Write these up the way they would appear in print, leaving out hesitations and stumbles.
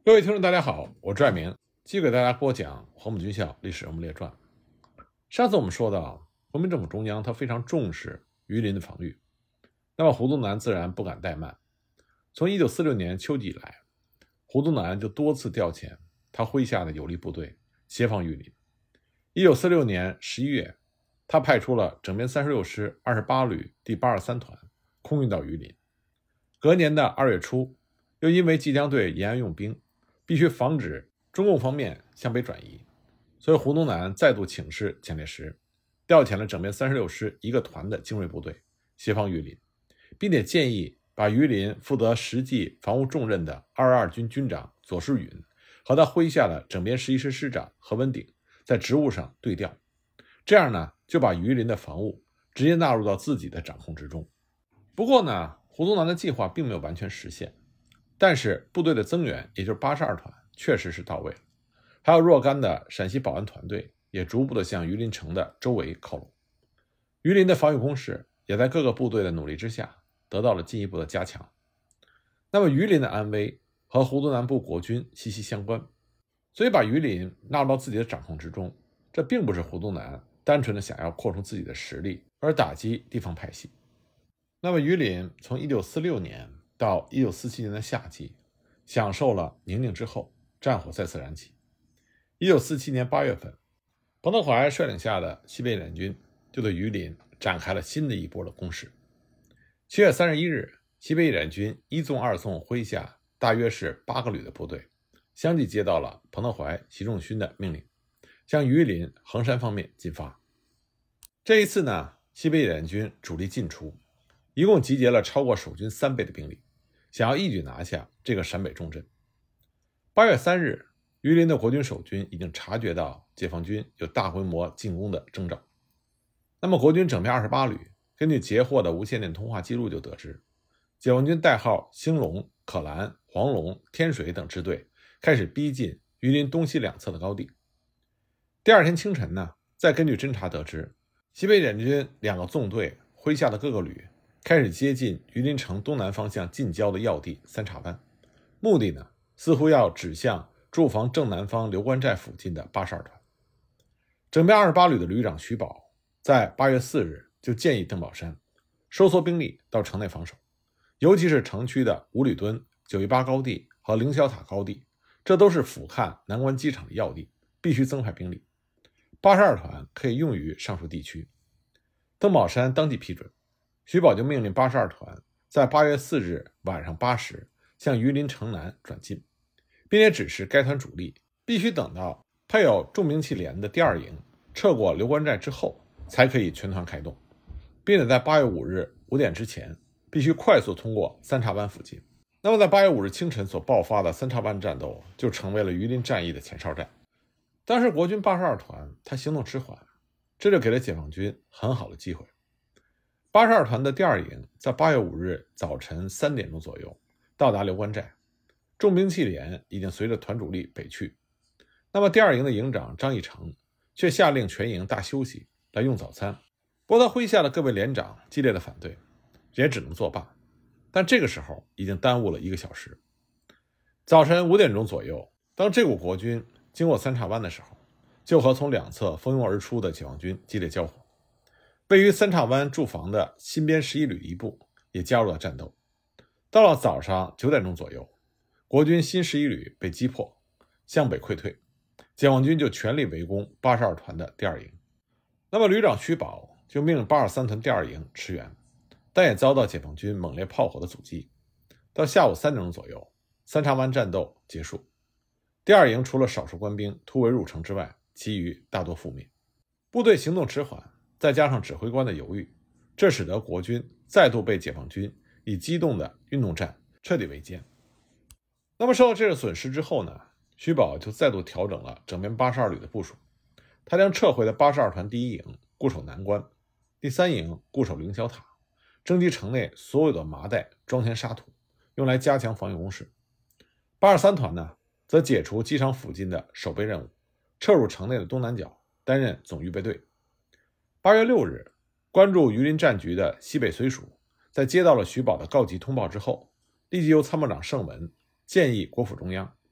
各位听众大家好，我是爱明，继续给大家播讲黄埔军校历史人物列传。上次我们说到，国民政府中央他非常重视榆林的防御，那么胡宗南自然不敢怠慢。从1946年秋季以来，胡宗南就多次调遣他麾下的有力部队协防榆林。1946年11月，他派出了整编36师28旅第823团空运到榆林。隔年的2月初，又因为即将对延安用兵，必须防止中共方面向北转移，所以胡宗南再度请示蒋介石，调遣了整编36师一个团的精锐部队协防榆林，并且建议把榆林负责实际防务重任的22军军长左世允和他麾下的整编11师师长何文鼎在职务上对调，这样呢，就把榆林的防务直接纳入到自己的掌控之中。不过呢，胡宗南的计划并没有完全实现，但是部队的增援，也就是82团确实是到位了，还有若干的陕西保安团队也逐步的向榆林城的周围靠拢。榆林的防御工事也在各个部队的努力之下得到了进一步的加强。那么榆林的安危和胡宗南部国军息息相关，所以把榆林纳入到自己的掌控之中，这并不是胡宗南单纯的想要扩充自己的实力而打击地方派系。那么榆林从1946年到1947年的夏季享受了宁静之后，战火再次燃起。1947年8月份，彭德怀率领下的西北野战军就对榆林展开了新的一波的攻势。7月31日，西北野战军1纵2纵麾下大约是8个旅的部队，相继接到了彭德怀、习仲勋的命令，向榆林、衡山方面进发。这一次呢，西北野战军主力进出，一共集结了超过守军3倍的兵力，想要一举拿下这个陕北重镇。8月3日，榆林的国军守军已经察觉到解放军有大规模进攻的征兆。那么国军整编28旅根据截获的无线电通话记录就得知，解放军代号兴隆、可兰、黄龙、天水等支队开始逼近榆林东西两侧的高地。第二天清晨呢，再根据侦察得知，西北野战军2个纵队麾下的各个旅开始接近榆林城东南方向近郊的要地三岔湾，目的呢，似乎要指向驻防正南方刘关寨附近的82团。整编28旅的旅长徐宝在8月4日就建议邓宝山收缩兵力到城内防守，尤其是城区的五里墩、918高地和凌霄塔高地，这都是俯瞰南关机场的要地，必须增派兵力。82团可以用于上述地区。邓宝山当即批准，徐宝就命令82团在8月4日晚上8时向榆林城南转进，并且指示该团主力必须等到配有重兵器连的第2营撤过刘关寨之后才可以全团开动，并且在8月5日5点之前必须快速通过三岔湾附近。那么在8月5日清晨所爆发的三岔湾战斗就成为了榆林战役的前哨战。当时国军82团他行动迟缓，这就给了解放军很好的机会。82团的第2营在8月5日早晨3点钟左右到达刘关寨，重兵器连已经随着团主力北去。那么第2营的营长张义成却下令全营大休息来用早餐，不过他麾下的各位连长激烈的反对，也只能作罢。但这个时候已经耽误了1个小时。早晨5点钟左右，当这股国军经过三岔湾的时候，就和从2侧蜂拥而出的解放军激烈交火。位于三岔湾驻防的新编11旅一部也加入了战斗。到了早上9点钟左右，国军新11旅被击破，向北溃退，解放军就全力围攻82团的第2营。那么旅长徐宝就命令823团第2营驰援，但也遭到解放军猛烈炮火的阻击。到下午3点钟左右，三岔湾战斗结束。第2营除了少数官兵突围入城之外，其余大多覆灭。部队行动迟缓，再加上指挥官的犹豫，这使得国军再度被解放军以机动的运动战彻底围歼。那么受到这个损失之后呢，徐宝就再度调整了整编82旅的部署。他将撤回的82团第1营固守南关，第3营固守凌霄塔，征集城内所有的麻袋装填沙土，用来加强防御工事。823团呢，则解除机场附近的守备任务，撤入城内的东南角，担任总预备队。8月6日，关注榆林战局的西北绥署在接到了徐宝的告急通报之后，立即由参谋长盛文建议国府中央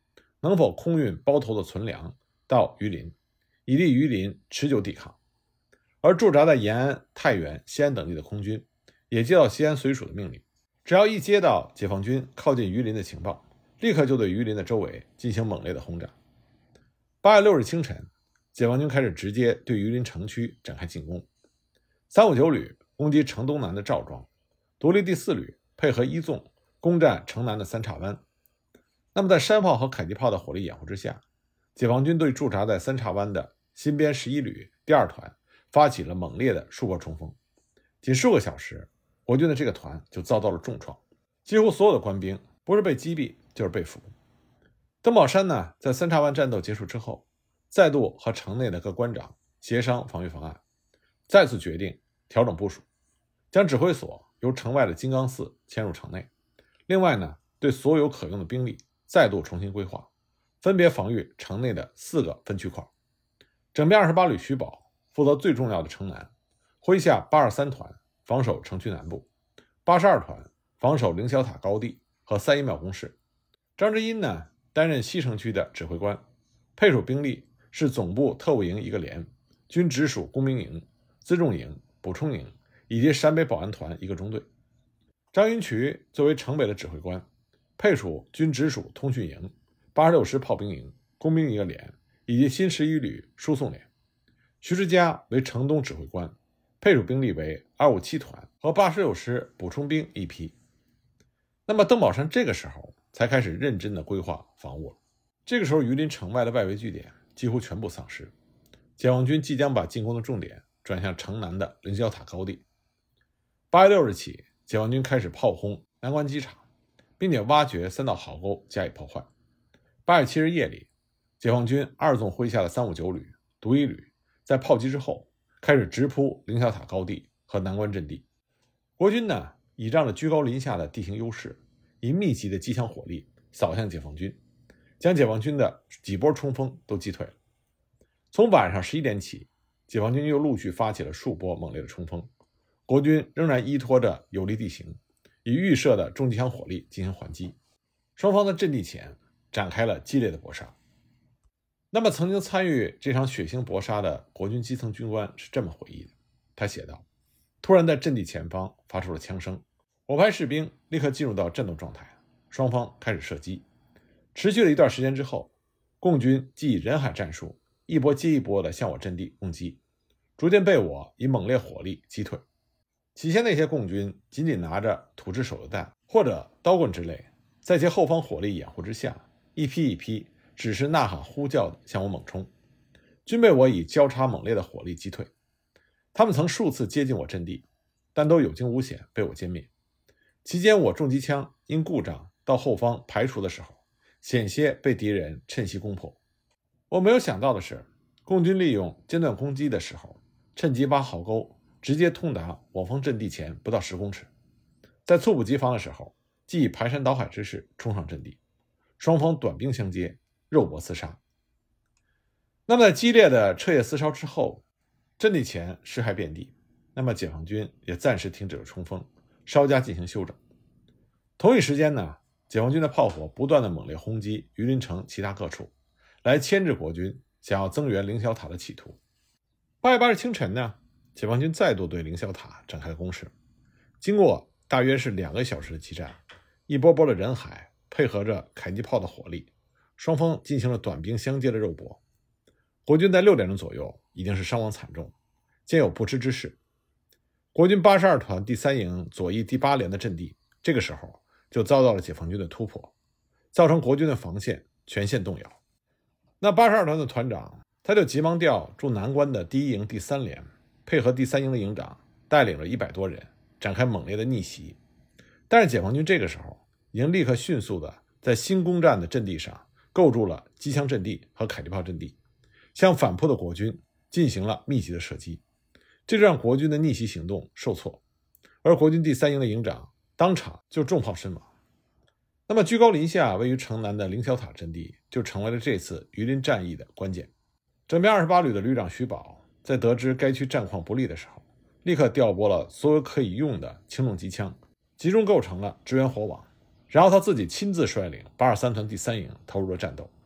能否空运包头的存粮到榆林，以利榆林持久抵抗。而驻扎在延安、太原、西安等地的空军也接到西安绥署的命令，只要一接到解放军靠近榆林的情报，立刻就对榆林的周围进行猛烈的轰炸。8月6日清晨，解放军开始直接对榆林城区展开进攻。359旅攻击城东南的赵庄，独立第4旅配合一纵攻占城南的三岔湾。那么在山炮和迫击炮的火力掩护之下，解放军对驻扎在三岔湾的新编11旅第2团发起了猛烈的数波冲锋。仅数个小时，国军的这个团就遭到了重创，几乎所有的官兵不是被击毙就是被俘。邓宝山呢，在三岔湾战斗结束之后，再度和城内的各官长协商防御方案，再次决定调整部署，将指挥所由城外的金刚寺迁入城内。另外呢，对所有可用的兵力再度重新规划，分别防御城内的4个分区块。整编28旅徐保负责最重要的城南，麾下823团防守城区南部，82团防守凌霄塔高地和3·1庙工事。张之阴呢，担任西城区的指挥官，配属兵力是总部特务营1个连，军直属工兵营、辎重营、补充营以及陕北保安团1个中队。张云渠作为城北的指挥官，配属军直属通讯营、86师炮兵营、工兵1个连以及新11旅输送连。徐世佳为城东指挥官，配属兵力为257团和86师补充兵1批。那么邓宝山这个时候才开始认真的规划防务了。这个时候榆林城外的外围据点几乎全部丧失，解放军即将把进攻的重点转向城南的凌霄塔高地。8月6日起，解放军开始炮轰南关机场，并且挖掘3道壕沟加以破坏。8月7日夜里，解放军2纵麾下的359旅、独一旅在炮击之后开始直扑凌霄塔高地和南关阵地。国军呢，倚仗着居高临下的地形优势，以密集的机枪火力扫向解放军，将解放军的几波冲锋都击退了。从晚上11点起，解放军又陆续发起了数波猛烈的冲锋，国军仍然依托着有利地形，以预设的重机枪火力进行还击。双方的阵地前展开了激烈的搏杀。那么曾经参与这场血腥搏杀的国军基层军官是这么回忆的，他写道：突然在阵地前方发出了枪声，我派士兵立刻进入到战斗状态，双方开始射击。持续了一段时间之后，共军即以人海战术一波接一波地向我阵地攻击，逐渐被我以猛烈火力击退。起先那些共军仅仅拿着土制手榴弹或者刀棍之类，在其后方火力掩护之下，一批一批只是呐喊呼叫地向我猛冲，均被我以交叉猛烈的火力击退。他们曾数次接近我阵地，但都有惊无险被我歼灭。期间我重机枪因故障到后方排除的时候，险些被敌人趁机攻破。我没有想到的是，共军利用间断攻击的时候，趁机挖壕沟，直接通达我方阵地前不到10公尺。在猝不及防的时候，即以排山倒海之势冲上阵地，双方短兵相接，肉搏厮杀。那么在激烈的彻夜厮烧之后，阵地前尸骸遍地，那么解放军也暂时停止了冲锋，稍加进行休整。同一时间呢，解放军的炮火不断的猛烈轰击榆林城其他各处，来牵制国军想要增援凌霄塔的企图。8月8日清晨呢，解放军再度对凌霄塔展开了攻势。经过大约是2个小时的激战，一波波的人海配合着迫击炮的火力，双方进行了短兵相接的肉搏。国军在6点钟左右已经是伤亡惨重，兼有不支之势。国军82团第3营左翼第8连的阵地这个时候就遭到了解放军的突破，造成国军的防线全线动摇。那82团的团长他就急忙调驻南关的第1营第3连，配合第3营的营长带领了100多人展开猛烈的逆袭。但是解放军这个时候已经立刻迅速的在新攻占的阵地上构筑了机枪阵地和迫击炮阵地，向反扑的国军进行了密集的射击，这就让国军的逆袭行动受挫，而国军第3营的营长当场就中炮身亡。那么居高临下位于城南的凌霄塔阵地就成为了这次榆林战役的关键。整编28旅的旅长徐保在得知该区战况不利的时候，立刻调拨了所有可以用的轻重机枪，集中构成了支援火网，然后他自己亲自率领823团第3营投入了战斗。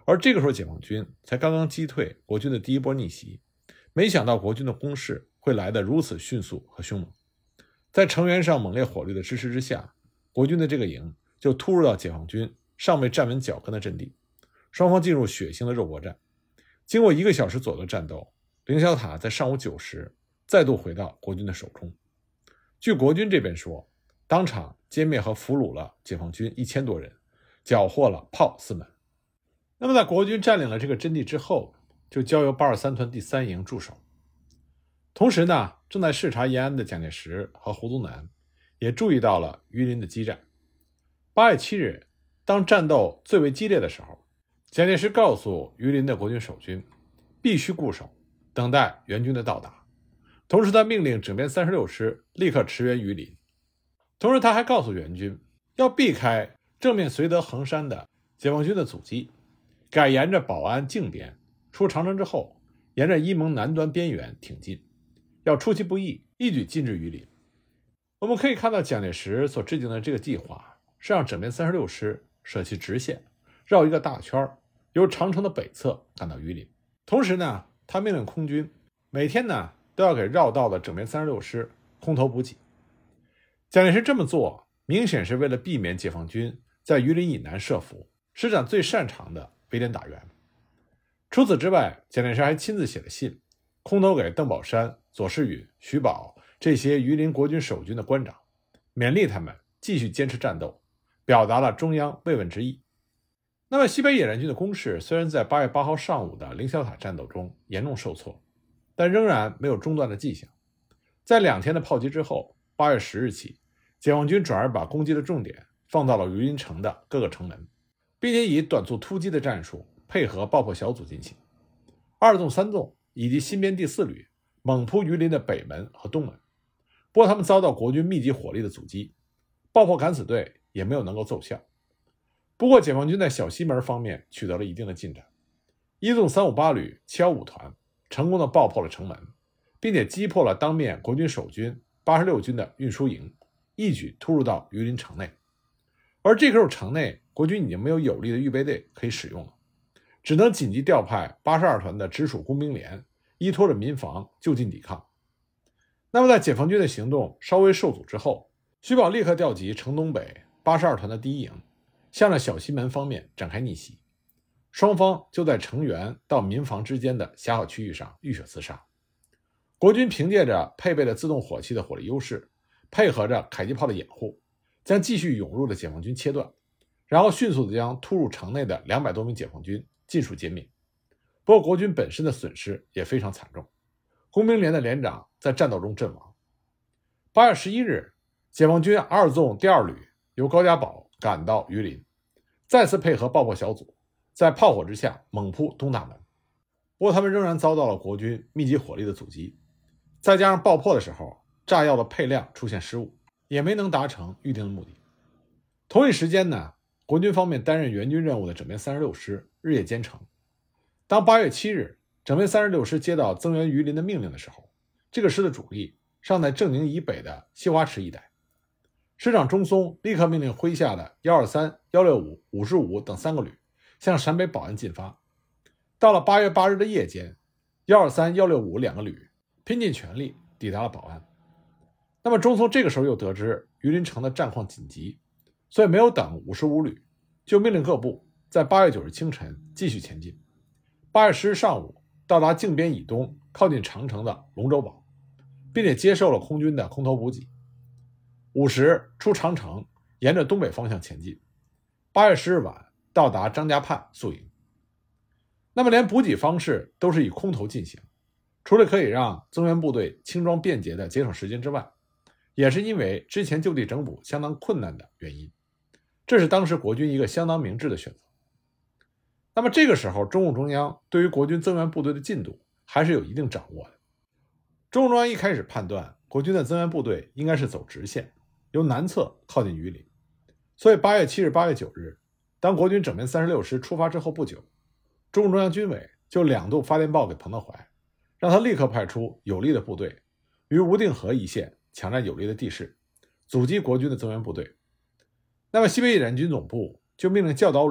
而这个时候解放军才刚刚击退国军的第一波逆袭，没想到国军的攻势会来得如此迅速和凶猛。在成员上猛烈火力的支持之下，国军的这个营就突入到解放军尚未站稳脚跟的阵地，双方进入血腥的肉搏战。经过1个小时左右的战斗，凌霄塔在上午9时再度回到国军的手中。据国军这边说，当场歼灭和俘虏了解放军1000多人，缴获了炮4门。那么在国军占领了这个阵地之后，就交由823团第3营驻守。同时呢，正在视察延安的蒋介石和胡宗南也注意到了榆林的激战。8月7日，当战斗最为激烈的时候，蒋介石告诉榆林的国军守军必须固守，等待援军的到达。同时他命令整编36师立刻驰援榆林。同时他还告诉援军要避开正面绥德衡山的解放军的阻击，改沿着保安靖边出长城之后，沿着伊蒙南端边缘挺进，要出其不意，一举进至榆林。我们可以看到蒋介石所制定的这个计划是让整编36师舍弃直线，绕一个大圈，由长城的北侧赶到榆林。同时呢，他命令空军每天呢都要给绕道的整编36师空投补给。蒋介石这么做明显是为了避免解放军在榆林以南设伏，施展最擅长的围点打援。除此之外，蒋介石还亲自写了信，空投给邓宝山、左世允、徐保这些榆林国军守军的官长，勉励他们继续坚持战斗，表达了中央慰问之意。那么西北野战军的攻势虽然在8月8号上午的凌霄塔战斗中严重受挫，但仍然没有中断的迹象。在2天的炮击之后，8月10日起，解放军转而把攻击的重点放到了榆林城的各个城门，并且以短促突击的战术配合爆破小组进行。2纵、3纵以及新编第4旅猛扑榆林的北门和东门，不过他们遭到国军密集火力的阻击，爆破敢死队也没有能够奏效。不过解放军在小西门方面取得了一定的进展，1纵358旅715团成功的爆破了城门，并且击破了当面国军守军86军的运输营，一举突入到榆林城内。而这个时候城内国军已经没有有力的预备队可以使用了，只能紧急调派82团的直属工兵连依托着民防就近抵抗。那么在解放军的行动稍微受阻之后，徐保立刻调集城东北82团的第1营，向着小西门方面展开逆袭。双方就在城垣到民房之间的狭小区域上浴血厮杀。国军凭借着配备了自动火器的火力优势，配合着迫击炮的掩护，将继续涌入的解放军切断，然后迅速地将突入城内的200多名解放军尽数歼灭。不过国军本身的损失也非常惨重，工兵连的连长在战斗中阵亡。8月11日，解放军2纵第2旅由高家堡赶到榆林，再次配合爆破小组，在炮火之下猛扑东大门。不过他们仍然遭到了国军密集火力的阻击，再加上爆破的时候炸药的配量出现失误，也没能达成预定的目的。同一时间呢，国军方面担任援军任务的整编36师日夜兼程。当8月7日整编36师接到增援榆林的命令的时候，这个师的主力尚在正宁以北的西华池一带。师长钟松立刻命令麾下的123、165、55等3个旅向陕北保安进发。到了8月8日的夜间，123、165两个旅拼尽全力抵达了保安。那么钟松这个时候又得知榆林城的战况紧急，所以没有等55旅，就命令各部在8月9日清晨继续前进。8月10日上午到达靖边以东靠近长城的龙州堡，并且接受了空军的空投补给。5时出长城，沿着东北方向前进。8月10日晚到达张家畔宿营。那么连补给方式都是以空投进行，除了可以让增援部队轻装便捷的节省时间之外，也是因为之前就地整补相当困难的原因，这是当时国军一个相当明智的选择。那么这个时候中共中央对于国军增援部队的进度还是有一定掌握的。中共中央一开始判断国军的增援部队应该是走直线，由南侧靠近榆林，所以8月7日、8月9日，当国军整编36师出发之后不久，中共中央军委就2度发电报给彭德怀，让他立刻派出有力的部队于无定河一线抢占有利的地势，阻击国军的增援部队。那么西北野战军总部就命令教导旅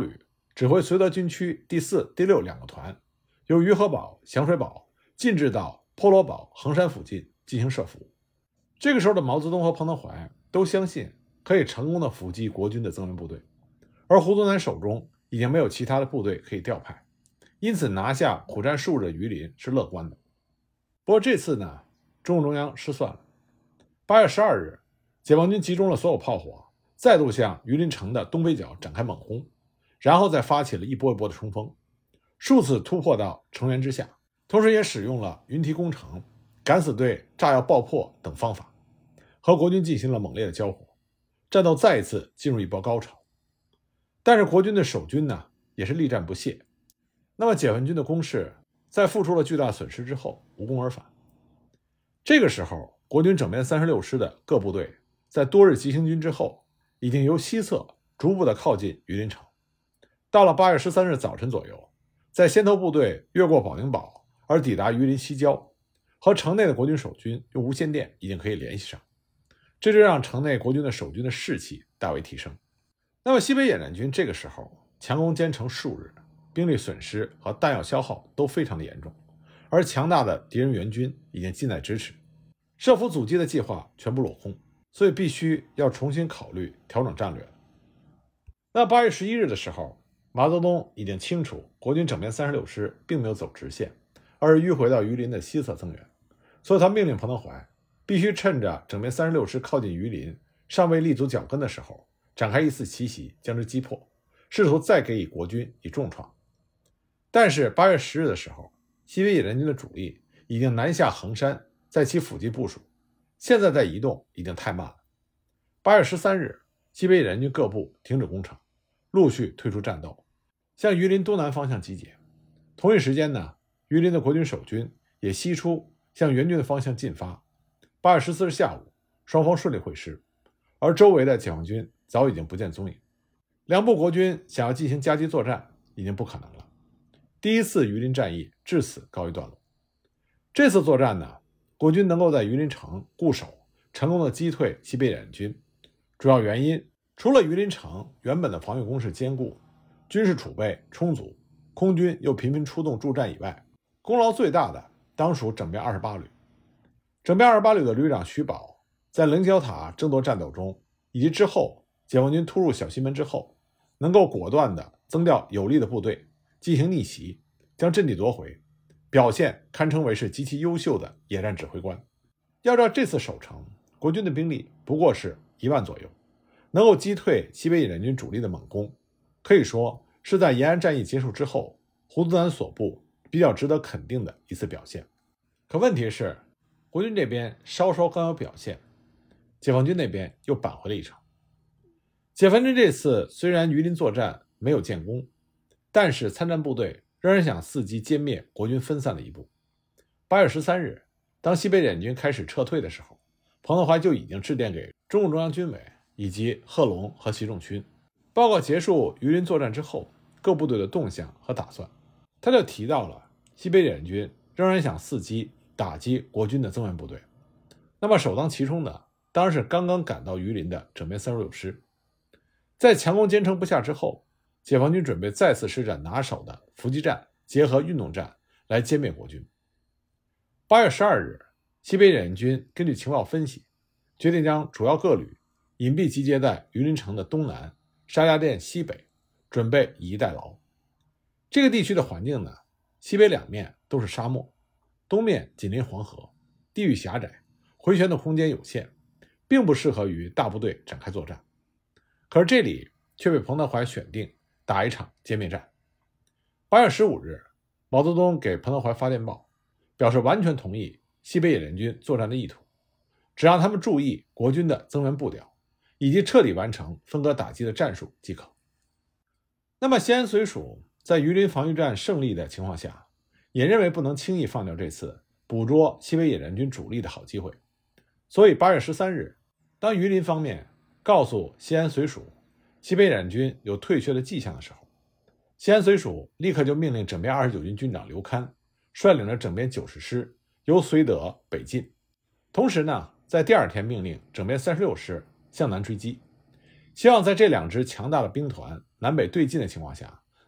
指挥绥德军区第4、第6两个团，由于河堡、响水堡进至到坡罗堡、衡山附近进行设伏。这个时候的毛泽东和彭德怀都相信可以成功的伏击国军的增援部队，而胡宗南手中已经没有其他的部队可以调派，因此拿下苦战数日的榆林是乐观的。不过这次呢，中共中央失算了。8月12日，解放军集中了所有炮火，再度向榆林城的东北角展开猛轰，然后再发起了一波一波的冲锋，数次突破到城垣之下，同时也使用了云梯攻城、敢死队炸药爆破等方法，和国军进行了猛烈的交火，战斗再一次进入一波高潮。但是国军的守军呢，也是力战不懈。那么解放军的攻势在付出了巨大损失之后无功而返。这个时候，国军整编36师的各部队在多日急行军之后，已经由西侧逐步的靠近榆林城。到了8月13日早晨左右，在先头部队越过保宁堡而抵达榆林西郊，和城内的国军守军用无线电已经可以联系上，这就让城内国军的守军的士气大为提升。那么西北野战军这个时候强攻坚城数日，兵力损失和弹药消耗都非常的严重，而强大的敌人援军已经近在咫尺，设伏阻击的计划全部落空，所以必须要重新考虑调整战略了。那8月11日的时候，毛泽东已经清楚国军整编36师并没有走直线，而是迂回到榆林的西侧增援，所以他命令彭德怀必须趁着整编36师靠近榆林尚未立足脚跟的时候，展开一次奇袭，将之击破，试图再给予国军以重创。但是8月10日的时候，西北野战军的主力已经南下衡山，在其附近部署，现在在移动已经太慢了。8月13日，西北野战军各部停止攻城，陆续退出战斗，向榆林东南方向集结。同一时间呢，榆林的国军守军也西出，向援军的方向进发。8月14日下午，双方顺利会师，而周围的解放军早已经不见踪影。两部国军想要进行夹击作战已经不可能了。第一次榆林战役至此告一段落。这次作战呢，国军能够在榆林城固守，成功的击退西北野战军，主要原因除了榆林城原本的防御工事坚固，军事储备充足，空军又频频出动助战以外，功劳最大的当属整编28旅。整编28旅的旅长徐宝在棱角塔争夺战斗中，以及之后解放军突入小西门之后，能够果断地增调有力的部队进行逆袭，将阵地夺回，表现堪称为是极其优秀的野战指挥官。要照这次守城，国军的兵力不过是1万左右，能够击退西北野战军主力的猛攻，可以说是在延安战役结束之后胡宗南所部比较值得肯定的一次表现。可问题是，国军这边稍稍刚有表现，解放军那边又扳回了一城。解放军这次虽然榆林作战没有建功，但是参战部队仍然想伺机歼灭国军分散的一部。8月13日，当西北野战军开始撤退的时候，彭德怀就已经致电给中共中央军委以及贺龙和习仲勋，报告结束榆林作战之后各部队的动向和打算。他就提到了西北野战军仍然想伺机打击国军的增援部队，那么首当其冲的当然是刚刚赶到榆林的整编36师。在强攻坚城不下之后，解放军准备再次施展拿手的伏击战结合运动战来歼灭国军。8月12日，西北野战军根据情报分析，决定将主要各旅隐蔽集结在榆林城的东南、沙家店西北，准备以逸待劳。这个地区的环境呢，西北两面都是沙漠，东面紧邻黄河，地域狭窄，回旋的空间有限，并不适合于大部队展开作战。可是这里却被彭德怀选定打一场歼灭战。8月15日，毛泽东给彭德怀发电报，表示完全同意西北野战军作战的意图，只让他们注意国军的增援步调，以及彻底完成分割打击的战术即可。那么西安绥署在榆林防御战胜利的情况下，也认为不能轻易放掉这次捕捉西北野战军主力的好机会，所以8月13日，当榆林方面告诉西安绥署西北野战军有退却的迹象的时候，西安绥署立刻就命令整编29军军长刘戡率领着整编90师由绥德北进，同时呢，在第二天命令整编36师向南追击，希望在这两支强大的兵团南北对进的情况下，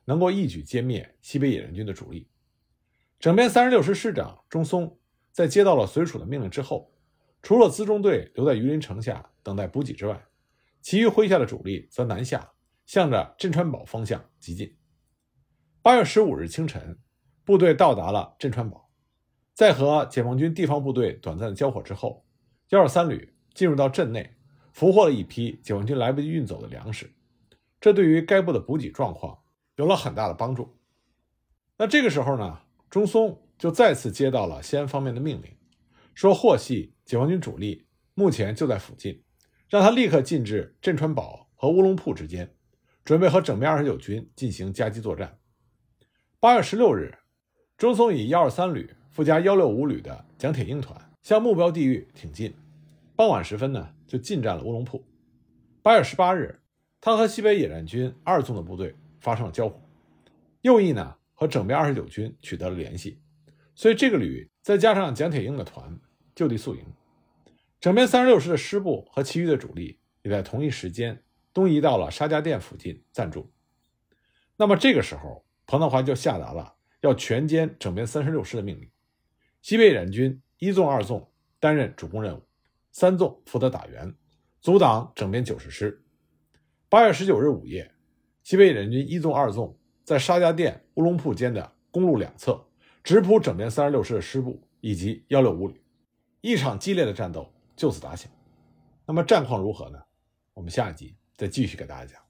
能够一举歼灭西北野战军的主力。整编36师师长钟松在接到了随属的命令之后，除了辎重队留在榆林城下等待补给之外，其余麾下的主力则南下，向着镇川堡方向急进。8月15日清晨，部队到达了镇川堡，在和解放军地方部队短暂的交火之后，123旅进入到镇内，俘获了一批解放军来不及运走的粮食，这对于该部的补给状况有了很大的帮助。那这个时候呢，钟松就再次接到了西安方面的命令，说获悉解放军主力目前就在附近，让他立刻进至镇川堡和乌龙铺之间，准备和整编29军进行夹击作战。8月16日，钟松以123旅附加165旅的蒋铁英团向目标地域挺进，傍晚时分呢就进占了乌龙铺。8月18日，他和西北野战军2纵的部队发生了交火，右翼呢和整编29军取得了联系，所以这个旅再加上蒋铁英的团就地宿营。整编36师的师部和其余的主力也在同一时间东移到了沙家店附近暂驻。那么这个时候，彭德怀就下达了要全歼整编36师的命令，西北野战军1纵2纵担任主攻任务，3纵负责打援，阻挡整编90师。8月19日午夜，西北野战军1纵2纵在沙家店乌龙铺间的公路两侧直扑整编36师的师部以及165旅，一场激烈的战斗就此打响。那么战况如何呢？我们下一集再继续给大家讲。